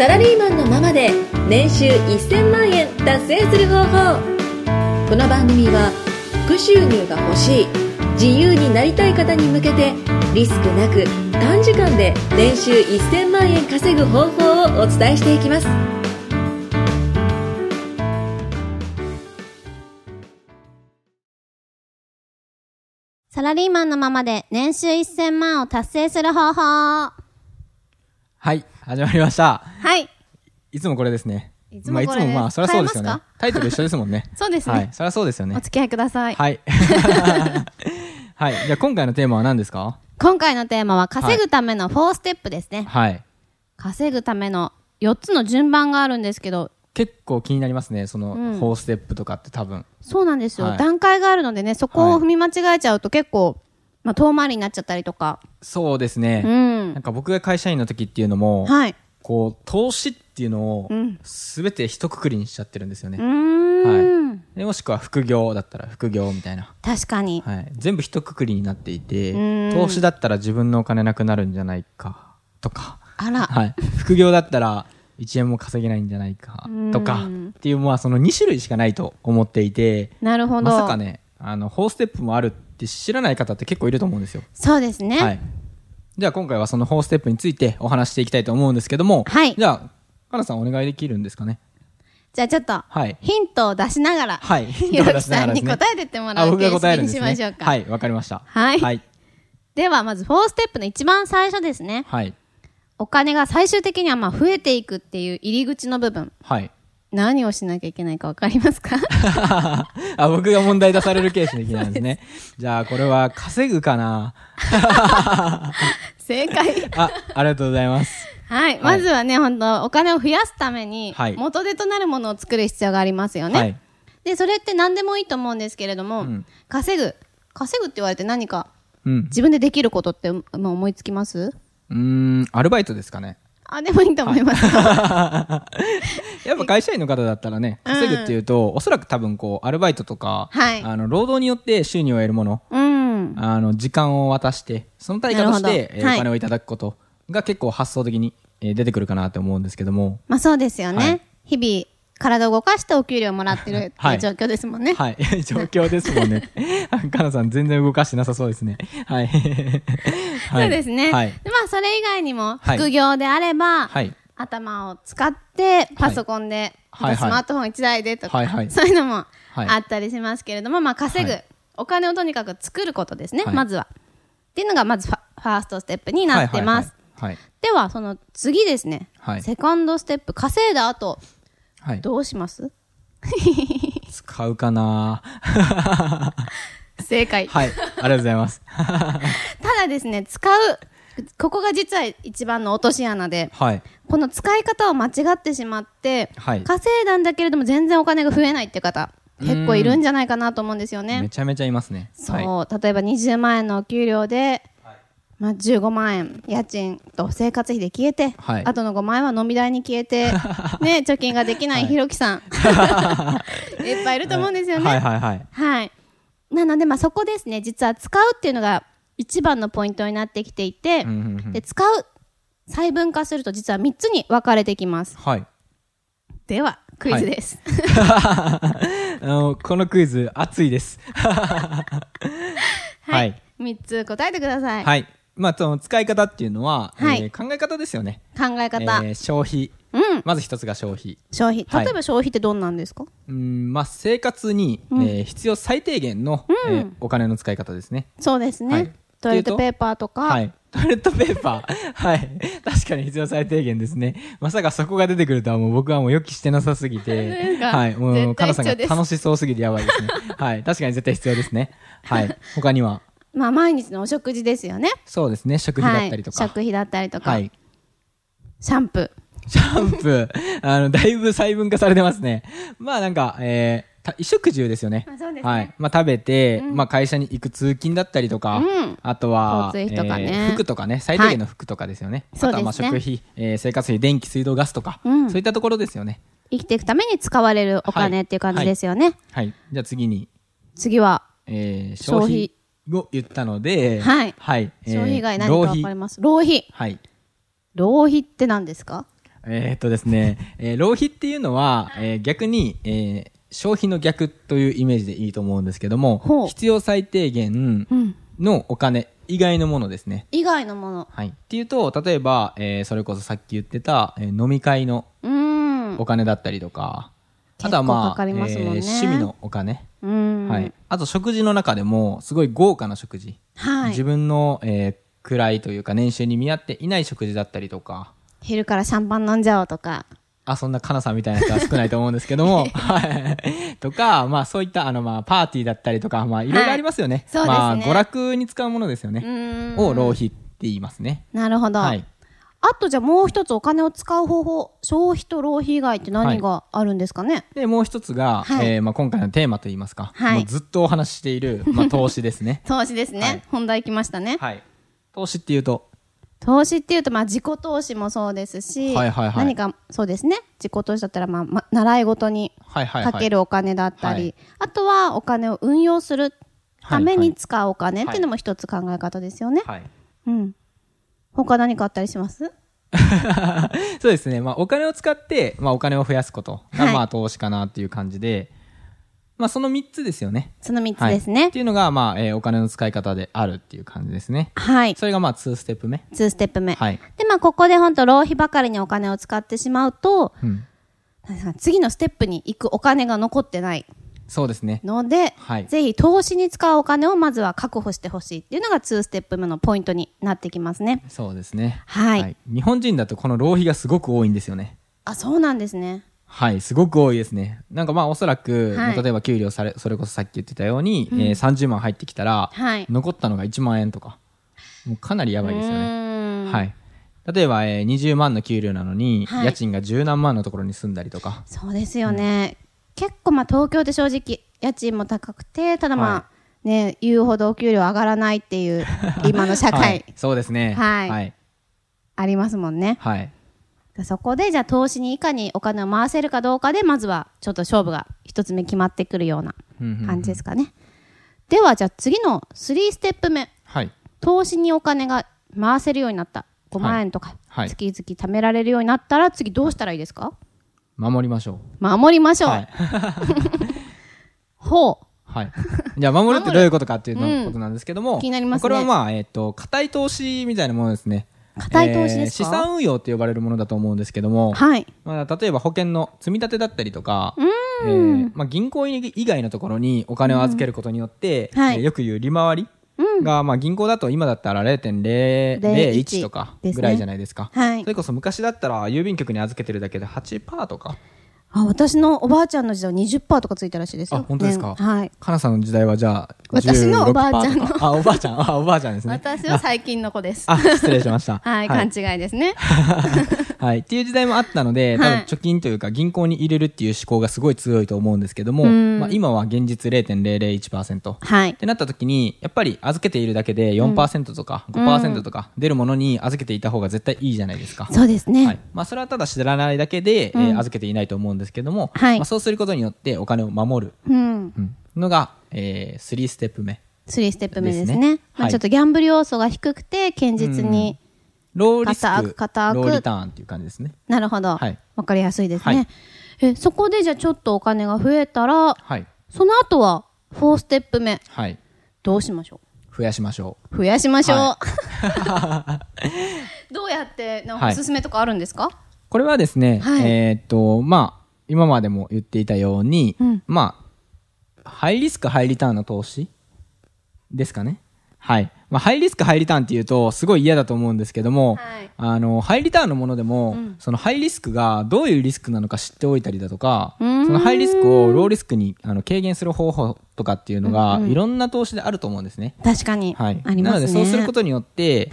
サラリーマンのままで年収1000万円達成する方法。この番組は副収入が欲しい、自由になりたい方に向けて、リスクなく短時間で年収1000万円稼ぐ方法をお伝えしていきます。 サラリーマンのままで年収1000万を達成する方法。 はい、始まりました。 はい。 いつもこれですね。 いつもこれです。 いつもそりゃそうですよね。タイトル一緒ですもんね。 そうですね。 はい、そりゃそうですよね。 お付き合いください。 はい。はい。じゃあ今回のテーマは何ですか？ 今回のテーマは稼ぐための4ステップですね。 はい。 稼ぐための4つの順番があるんですけど、 結構気になりますね。その4ステップとかって多分。 そうなんですよ。 はい、 段階があるのでね、そこを踏み間違えちゃうと結構、遠回りになっちゃったりとか。 そうですね。なんか僕が会社員の時っていうのも、 はい。 こう投資っていうのをすべて一括りにしちゃってるんですよね。 はい。 でもしくは副業だったら副業みたいな。 確かに。 はい。全部一括りになっていて、投資だったら自分のお金なくなるんじゃないかとか。 あら。 はい。副業だったら1円も稼げないんじゃないかとかっていう、その2種類しかないと思っていて。 なるほど。 まさかね、4ステップもあるって知らない方って結構いると思うんですよ。 そうですね。 はい。じゃあ今回はその4ステップについてお話していきたいと思うんですけども、 はい。 じゃあ、かなさんお願いできるんですかね。 じゃあちょっと、ヒントを出しながら、 はい。 ひろきさんに答えてってもらう形式にしましょうか。 はい、わかりました。 はい。はい。ではまず4ステップの一番最初ですね。 はい。 お金が最終的には増えていくっていう入り口の部分。 はい。 何をしなきゃいけないかわかりますか？ 僕が問題出されるケースでいきなんですね。じゃあこれは稼ぐかな？ 正解。 ありがとうございます。 はい。まずはね、本当お金を増やすために、元手となるものを作る必要がありますよね。はい。で、それって何でもいいと思うんですけれども、稼ぐって言われて何か、自分でできることって思いつきます？ アルバイトですかね。 でもいいと思います。 やっぱ会社員の方だったらね、稼ぐっていうと、おそらく多分アルバイトとか、労働によって収入を得るもの、時間を渡して、その対価として、お金をいただくことが結構発想的に、出てくるかなと思うんですけども。 そうですよね。はい、日々、体を動かしてお給料をもらってるっていう状況ですもんね。 はい。状況ですもんね。かなさん全然動かしてなさそうですね。はい。 そうですね。はい。それ以外にも、副業であれば、頭を使って、パソコンで、スマートフォン1台でとか、そういうのもあったりしますけれども、稼ぐ、お金をとにかく作ることですね、まずは。っていうのが、まずファーストステップになってます。では、その次ですね。セカンドステップ、稼いだ後、どうします？ 使うかな？ 正解。 はい。ありがとうございます。 ただですね、ここが実は一番の落とし穴で、この使い方を間違ってしまって、稼いだんだけれども全然お金が増えないって方、結構いるんじゃないかなと思うんですよね。 めちゃめちゃいますね。 そう。例えば20万円のお給料で、15万円家賃と生活費で消えて、あとの5万円は飲み代に消えて、ね、貯金ができないひろきさん、いっぱいいると思うんですよね。はい。なので、そこですね、実は使うっていうのが一番のポイントになってきていて、で、細分化すると実は3つに分かれてきます。では、クイズです。 このクイズ、熱いです。 はい。3つ答えてください。 はい。その使い方っていうのは、考え方ですよね。 考え方。 消費。まず一つが消費。 例えば消費ってどんなんですか？ 生活に必要最低限のお金の使い方ですね。 そうですね。トイレットペーパーとか。 トイレットペーパー。はい。確かに必要最低限ですね。まさかそこが出てくるとは僕はもう予期してなさすぎて。はい。もう、かなさんが楽しそうすぎてやばいですね。はい。確かに絶対必要ですね。はい。他には毎日のお食事ですよね。 そうですね。食費だったりとか。 食費だったりとか。シャンプー。だいぶ細分化されてますね。なんか、衣食住ですよね。 そうですね。 はい。食べて、会社に行く通勤だったりとか、あとは、服とかね、最低限の服とかですよね。あとは食費、生活費、電気、水道、ガスとか、そういったところですよね。 生きていくために使われるお金っていう感じですよね。 はい。じゃあ次は、 消費を言ったので、 消費以外何か分かります？浪費。浪費って何ですか？ ですね、浪費っていうのは、逆に、消費の逆というイメージでいいと思うんですけども、必要最低限のお金以外のものですね。 以外のもの。 はい。っていうと、例えば、それこそさっき言ってた、飲み会のお金だったりとか、あとはまあ、趣味のお金。はい。あと食事の中でも、すごい豪華な食事。はい。自分の、位というか年収に見合っていない食事だったりとか。 昼からシャンパン飲んじゃおうとか。 そんなカナさんみたいな人は少ないと思うんですけども。はい。とか、まあそういったまあパーティーだったりとか、まあいろいろありますよね。はい、 そうですね。まあ娯楽に使うものですよね。を浪費って言いますね。 なるほど。はい。あとじゃあもう一つお金を使う方法、消費と浪費以外って何があるんですかね。 で、もう一つが、まあ今回のテーマといいますか。もうずっとお話ししている、まあ投資ですね。 投資ですね。本題来ましたね。 はい。投資っていうと、 まあ自己投資もそうですし、何かそうですね、自己投資だったらまあ習い事にかけるお金だったり、あとはお金を運用するために使うお金っていうのも一つ考え方ですよね。はい。うん。他何かあったりします？ そうですね。まあお金を使って、まあお金を増やすことがまあ投資かなっていう感じで、まあその3つですよね。 その3つですね。 っていうのがまあ、お金の使い方であるっていう感じですね。 はい。 それがまあ2ステップ目。 2ステップ目。はい。でまあここで本当浪費ばかりにお金を使ってしまうと、次のステップに行くお金が残ってない。 そうですね。 ので、ぜひ投資に使うお金をまずは確保してほしいっていうのが2ステップ目のポイントになってきますね。 そうですね。 はい。 日本人だとこの浪費がすごく多いんですよね。 そうなんですね。 はい、すごく多いですね。なんかまあおそらく、例えば給料それこそさっき言ってたように、30万入ってきたら、残ったのが1万円とか、もうかなりやばいですよね。はい。例えば、20万の給料なのに、家賃が10何万のところに住んだりとか。 そうですよね。結構まあ東京で正直、家賃も高くて、ただまあ、ね、言うほどお給料上がらないっていう、今の社会。 そうですね。 はい。ありますもんね。 はい。 そこでじゃあ投資にいかにお金を回せるかどうかでまずはちょっと勝負が一つ目決まってくるような感じですかね。ではじゃあ次の3ステップ目、投資にお金が回せるようになった5万円とか、月々貯められるようになったら次どうしたらいいですか？ 守りましょう。 守りましょう。ほう。 はい。じゃあ守るってどういうことかっていうのことなんですけども、 気になりますね。 これはまあ固い投資みたいなものですね。 固い投資ですか？ 資産運用って呼ばれるものだと思うんですけども、まあ、例えば保険の積み立てだったりとか、まあ、銀行以外のところにお金を預けることによって、よく言う利回りが、まあ、銀行だと今だったら 0.001 とかぐらいじゃないですか。それこそ昔だったら郵便局に預けてるだけで 8% とか。 私のおばあちゃんの時代は 20% とかついたらしいですよ。 本当ですか？ はい。 かなさんの時代はじゃあ、 私のおばあちゃんの。 おばあちゃん。おばあちゃんですね。 私は最近の子です。 失礼しました。 はい、勘違いですね。 はい。っていう時代もあったので、多分貯金というか銀行に入れるっていう思考がすごい強いと思うんですけども、まあ今は現実 0.001%。はい。ってなった時に、やっぱり預けているだけで 4% とか 5% とか出るものに預けていた方が絶対いいじゃないですか。 そうですね。 はい。まあそれはただ知らないだけで、預けていないと思うんですけども、まあ、そうすることによってお金を守るのが、3ステップ目。 3ステップ目ですね。まあ、ちょっとギャンブル要素が低くて、堅実に、 ローリスク、ローリターンっていう感じですね。 なるほど。わかりやすいですね。そこでじゃあちょっとお金が増えたら、その後は4ステップ目。どうしましょう？ 増やしましょう。 増やしましょう。どうやって、おすすめとかあるんですか？ これはですね、まあ、今までも言っていたように、まあ、ハイリスク、ハイリターンの投資ですかね。はい。まあ、ハイリスク、ハイリターンっていうと、すごい嫌だと思うんですけども、ハイリターンのものでも、そのハイリスクがどういうリスクなのか知っておいたりだとか、そのハイリスクをローリスクに軽減する方法とかっていうのが、いろんな投資であると思うんですね。 確かに。 はい。 ありますね。 なので、そうすることによって、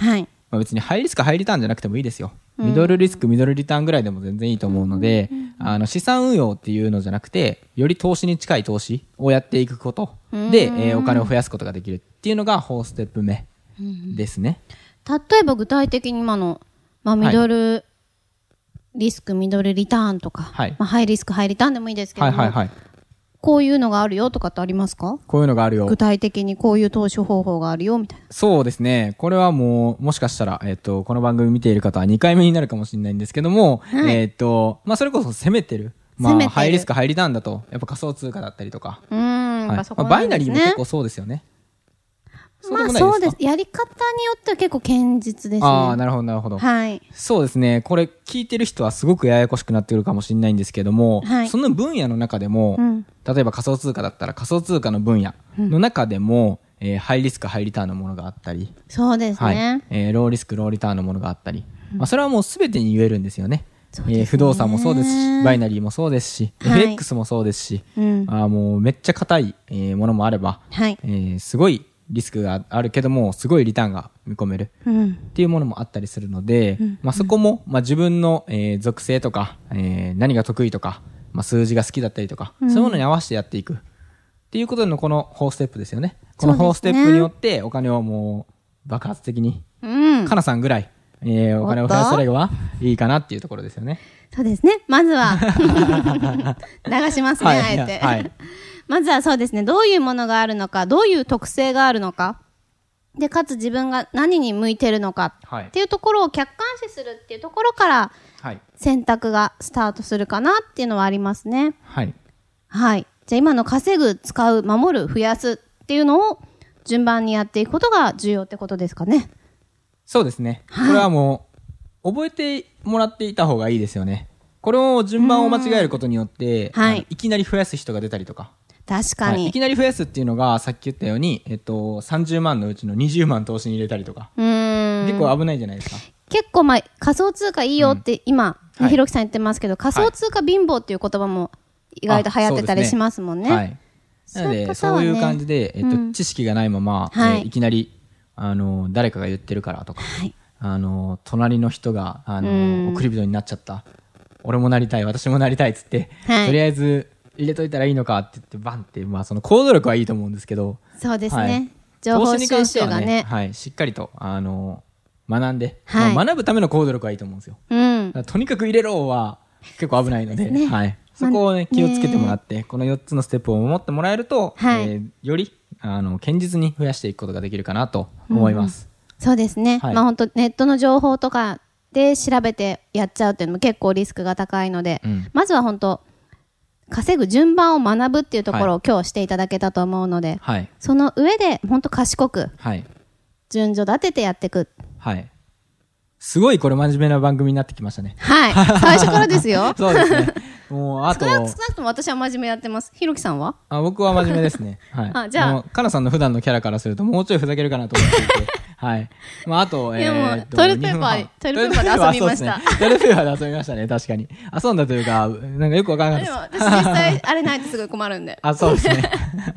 まあ、別にハイリスク、ハイリターンじゃなくてもいいですよ。ミドルリスク、ミドルリターンぐらいでも全然いいと思うので、資産運用っていうのじゃなくて、より投資に近い投資をやっていくことで、お金を増やすことができるっていうのが4ステップ目ですね。 例えば具体的に今の、まあ、ミドルリスク、ミドルリターンとか、まあ、ハイリスク、ハイリターンでもいいですけども、 こういうのがあるよとかってありますか？ こういうのがあるよ。 具体的にこういう投資方法があるよみたいな。 そうですね。これはもしかしたら、この番組見ている方は2回目になるかもしれないんですけども、はい、それこそ攻めてる。ハイリスク、ハイリターンだと、やっぱ仮想通貨だったりとか。 はい、 バイナリーも結構そうですよね。 そうです。やり方によっては結構堅実ですね。 ああ、なるほど、なるほど。 はい。 そうですね。これ聞いてる人はすごくややこしくなってくるかもしれないんですけども、はい、その分野の中でも、例えば仮想通貨だったら仮想通貨の分野の中でも、ハイリスク、ハイリターンのものがあったり。 そうですね。 はい。ローリスク、ローリターンのものがあったり。それはもう全てに言えるんですよね。不動産もそうですし、バイナリーもそうですし、はい、FX もそうですし、もうめっちゃ硬い、ものもあれば、はい、すごいリスクがあるけども、すごいリターンが見込めるっていうものもあったりするので、そこも、自分の、属性とか、何が得意とか、数字が好きだったりとか、そういうものに合わせてやっていくっていうことのこの4ステップですよね。この4ステップによってお金をもう爆発的に、かなさんぐらい、お金を増やせればいいかなっていうところですよね。 そうですね。まずは流しますね、あえて。はい。まずはそうですね。どういうものがあるのか、どういう特性があるのか、で、かつ自分が何に向いてるのかっていうところを客観視するっていうところから、選択がスタートするかなっていうのはありますね。はい。はい。じゃあ今の稼ぐ、使う、守る、増やすっていうのを順番にやっていくことが重要ってことですかね。 そうですね。これはもう、覚えてもらっていた方がいいですよね。これを順番を間違えることによって、いきなり増やす人が出たりとか。 確かに、 いきなり増やすっていうのが、さっき言ったように、30万のうちの20万投資に入れたりとか。結構危ないじゃないですか。 結構仮想通貨いいよって今、ひろきさん言ってますけど、仮想通貨貧乏っていう言葉も意外と流行ってたりしますもんね。はい。 なので、そういう感じで、知識がないまま、いきなり、誰かが言ってるからとか、隣の人が、送り人になっちゃった。俺もなりたい、私もなりたいっつって、とりあえず入れといたらいいのかって言って、バンって、その行動力はいいと思うんですけど。 そうですね。情報収集がね。 はい、しっかりと、学んで、学ぶための行動力はいいと思うんですよ。とにかく入れろは結構危ないので、はい。そこをね、気をつけてもらって、この4つのステップを守ってもらえると、より、堅実に増やしていくことができるかなと思います。 そうですね。本当ネットの情報とかで調べてやっちゃうっていうのも結構リスクが高いので、まずは本当稼ぐ順番を学ぶっていうところを今日していただけたと思うので、その上で本当賢く、順序立ててやっていく。はい。 すごいこれ真面目な番組になってきましたね。 はい。最初からですよ。 そうですね。もうあと少なくとも私は真面目やってます。ひろきさんは？ 僕は真面目ですね。はい。 じゃあかなさんの普段のキャラからするともうちょいふざけるかなと思っていて、はい。あとトイレットペーパーで遊びました。 トイレットペーパーで遊びましたね。確かに遊んだというかなんかよくわからなかったです。 でも私実際あれないとすごい困るんで。 そうですね。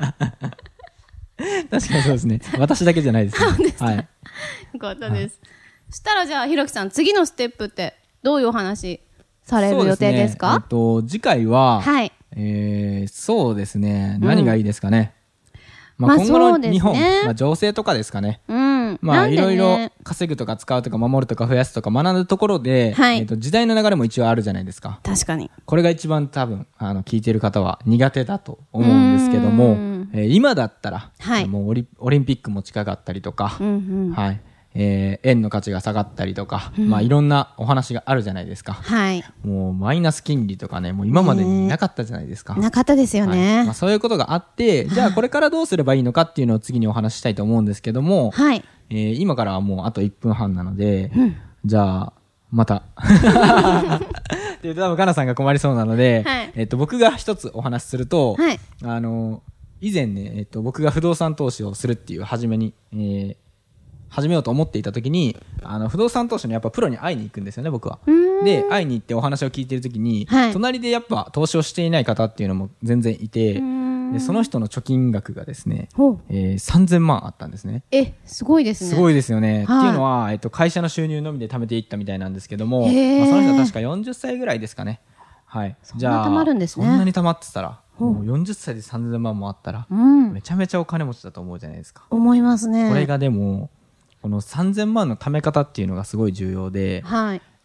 確かにそうですね。私だけじゃないですね。 そうです。はい。よかったです。そしたらじゃあひろきさん次のステップってどういうお話される予定ですか？ 次回は、はい。そうですね。何がいいですかね。今後の日本、情勢とかですかね。いろいろ稼ぐとか使うとか守るとか増やすとか学ぶところで、時代の流れも一応あるじゃないですか。 確かに。 これが一番多分、聞いている方は苦手だと思うんですけども、今だったら、もうオリンピックも近かったりとか、はい。円の価値が下がったりとか、いろんなお話があるじゃないですか。はい。もうマイナス金利とかね、もう今までになかったじゃないですか。 なかったですよね。 そういうことがあって、じゃあこれからどうすればいいのかっていうのを次にお話ししたいと思うんですけども、はい。今からはもうあと1分半なので、じゃあ、また。っていうと多分かなさんが困りそうなので、僕が一つお話しすると、以前ね、僕が不動産投資をするっていう始めようと思っていた時に不動産投資のやっぱプロに会いに行くんですよね、僕は。で会いに行ってお話を聞いてる時に、隣でやっぱ投資をしていない方っていうのも全然いて、でその人の貯金額がですね、3000万あったんですね。 すごいですね。 すごいですよね。っていうのは、会社の収入のみで貯めていったみたいなんですけども、その人は確か40歳ぐらいですかね。はい。 じゃあそんな貯まるんですね。 そんなに貯まってたら、もう40歳で3000万もあったら、めちゃめちゃお金持ちだと思うじゃないですか。 思いますね。 これがでもこの3000万の貯め方っていうのがすごい重要で、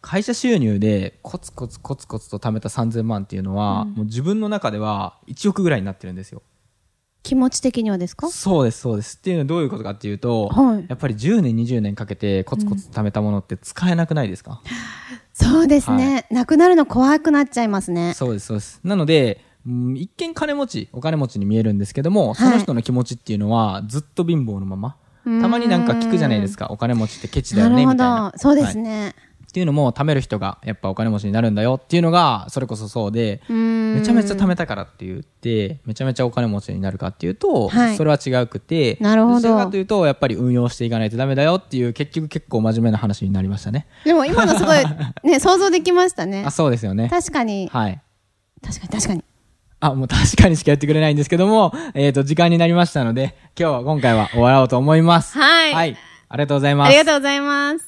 会社収入でコツコツコツコツと貯めた3000万っていうのは、もう自分の中では1億ぐらいになってるんですよ。 気持ち的にはですか？ そうですそうです。っていうのはどういうことかっていうと、やっぱり10年20年かけてコツコツ貯めたものって使えなくないですか？ そうですね、なくなるの怖くなっちゃいますね。 そうですそうです。なので一見お金持ちに見えるんですけども、その人の気持ちっていうのはずっと貧乏のまま、たまになんか聞くじゃないですか、お金持ちってケチだよねみたいな。 そうですね、 っていうのも、貯める人がやっぱお金持ちになるんだよっていうのがそれこそそうで、めちゃめちゃ貯めたからって言ってめちゃめちゃお金持ちになるかっていうと、それは違くて、 なるほど。 どちらかというとやっぱり運用していかないとダメだよっていう、結局結構真面目な話になりましたね。 でも今のすごいね想像できましたね。 あ、そうですよね。 確かに、 はい、 確かにもう確かにしかやってくれないんですけども、時間になりましたので、今回は終わろうと思います。 はい。 はい。ありがとうございます。 ありがとうございます。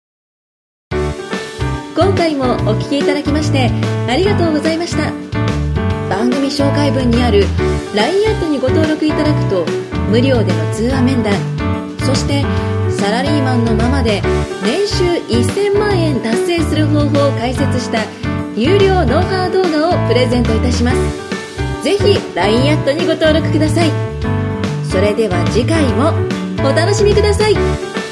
今回もお聞きいただきましてありがとうございました。番組紹介文にある LINE アットにご登録いただくと無料での通話面談、そしてサラリーマンのままで年収1000万円達成する方法を解説した有料ノウハウ動画をプレゼントいたします。ぜひ LINE アットにご登録ください。それでは次回もお楽しみください。